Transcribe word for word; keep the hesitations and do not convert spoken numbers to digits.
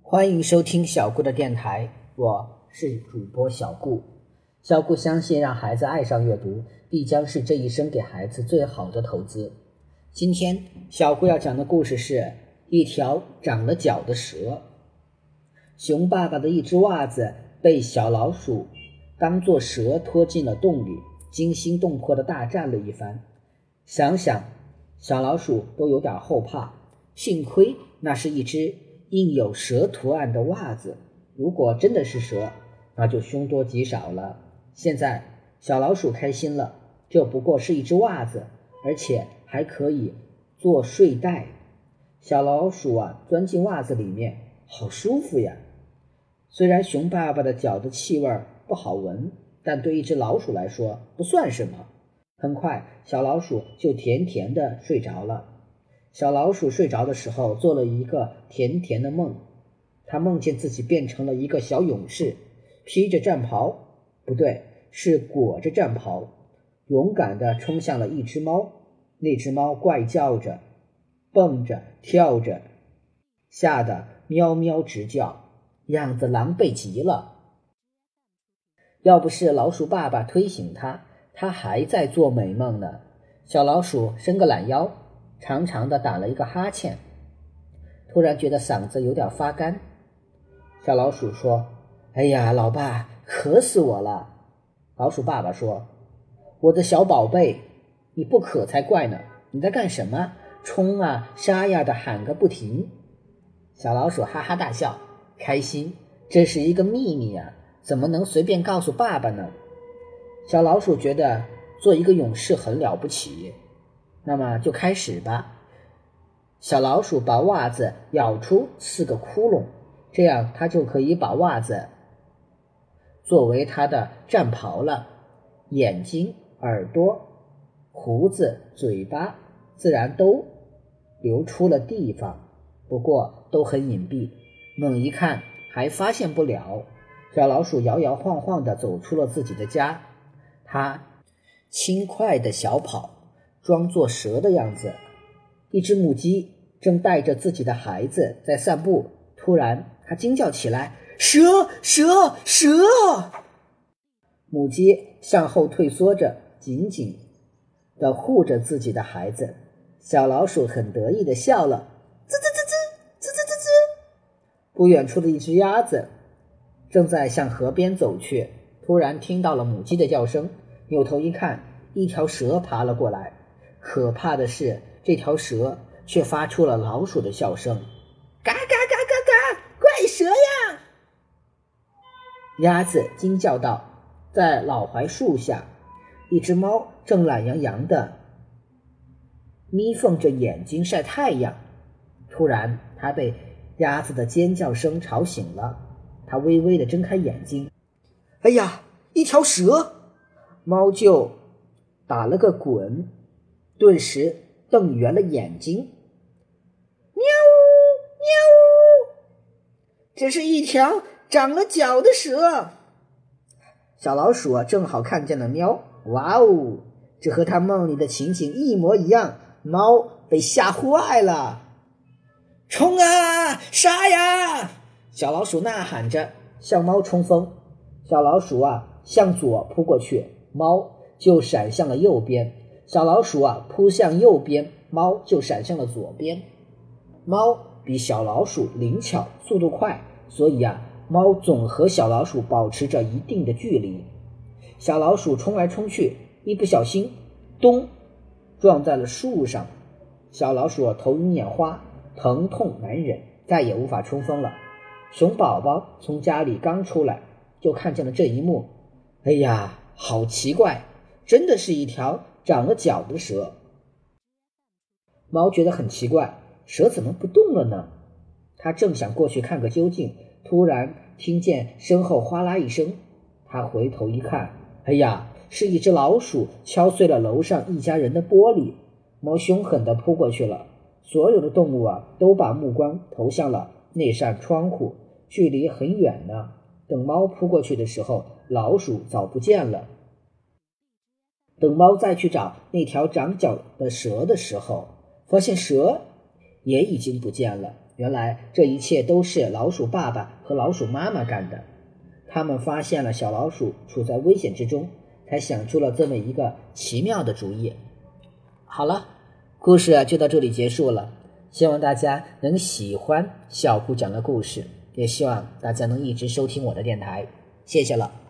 欢迎收听小顾的电台，我是主播小顾。小顾相信让孩子爱上阅读，必将是这一生给孩子最好的投资。今天小顾要讲的故事是一条长了脚的蛇。熊爸爸的一只袜子被小老鼠当作蛇拖进了洞里，惊心动魄地大战了一番。想想小老鼠都有点后怕，幸亏那是一只印有蛇图案的袜子，如果真的是蛇，那就凶多吉少了。现在小老鼠开心了，这不过是一只袜子，而且还可以做睡袋。小老鼠啊，钻进袜子里面，好舒服呀。虽然熊爸爸的脚的气味不好闻，但对一只老鼠来说不算什么。很快小老鼠就甜甜地睡着了。小老鼠睡着的时候做了一个甜甜的梦，他梦见自己变成了一个小勇士，披着战袍，不对，是裹着战袍，勇敢地冲向了一只猫。那只猫怪叫着，蹦着跳着，吓得喵喵直叫，样子狼狈极了。要不是老鼠爸爸推醒他，他还在做美梦呢。小老鼠伸个懒腰，长长的打了一个哈欠，突然觉得嗓子有点发干。小老鼠说：哎呀，老爸，渴死我了。老鼠爸爸说：我的小宝贝，你不渴才怪呢，你在干什么？冲啊沙呀的喊个不停。小老鼠哈哈大笑，开心，这是一个秘密啊，怎么能随便告诉爸爸呢？小老鼠觉得做一个勇士很了不起，那么就开始吧。小老鼠把袜子咬出四个窟窿，这样它就可以把袜子作为它的战袍了。眼睛、耳朵、胡子、嘴巴自然都留出了地方，不过都很隐蔽，猛一看还发现不了。小老鼠摇摇晃晃地走出了自己的家，它轻快地小跑，装作蛇的样子。一只母鸡正带着自己的孩子在散步，突然它惊叫起来：蛇蛇蛇！母鸡向后退缩着，紧紧地护着自己的孩子。小老鼠很得意地笑了，吱吱吱吱吱吱吱吱。不远处的一只鸭子正在向河边走去，突然听到了母鸡的叫声，扭头一看，一条蛇爬了过来。可怕的是，这条蛇却发出了老鼠的笑声，嘎嘎嘎嘎嘎，怪蛇呀！鸭子惊叫道。在老槐树下，一只猫正懒洋洋地眯缝着眼睛晒太阳。突然它被鸭子的尖叫声吵醒了，它微微地睁开眼睛，哎呀，一条蛇！猫就打了个滚，顿时瞪圆了眼睛，喵喵，这是一条长了脚的蛇。小老鼠啊，正好看见了喵，哇哦，这和他梦里的情景一模一样。猫被吓坏了，冲啊杀呀！小老鼠呐喊着向猫冲锋。小老鼠啊向左扑过去，猫就闪向了右边。小老鼠啊扑向右边，猫就闪向了左边。猫比小老鼠灵巧，速度快，所以啊猫总和小老鼠保持着一定的距离。小老鼠冲来冲去，一不小心咚撞在了树上。小老鼠头晕眼花，疼痛难忍，再也无法冲锋了。熊宝宝从家里刚出来，就看见了这一幕。哎呀，好奇怪，真的是一条长了脚的蛇。猫觉得很奇怪，蛇怎么不动了呢？它正想过去看个究竟，突然听见身后哗啦一声，他回头一看，哎呀，是一只老鼠敲碎了楼上一家人的玻璃。猫凶狠地扑过去了，所有的动物啊都把目光投向了那扇窗户，距离很远呢。等猫扑过去的时候，老鼠早不见了。等猫再去找那条长脚的蛇的时候，发现蛇也已经不见了。 原来这一切都是老鼠爸爸和老鼠妈妈干的。他们发现了小老鼠处在危险之中，才想出了这么一个奇妙的主意。好了，故事就到这里结束了，希望大家能喜欢小顾讲的故事，也希望大家能一直收听我的电台，谢谢了。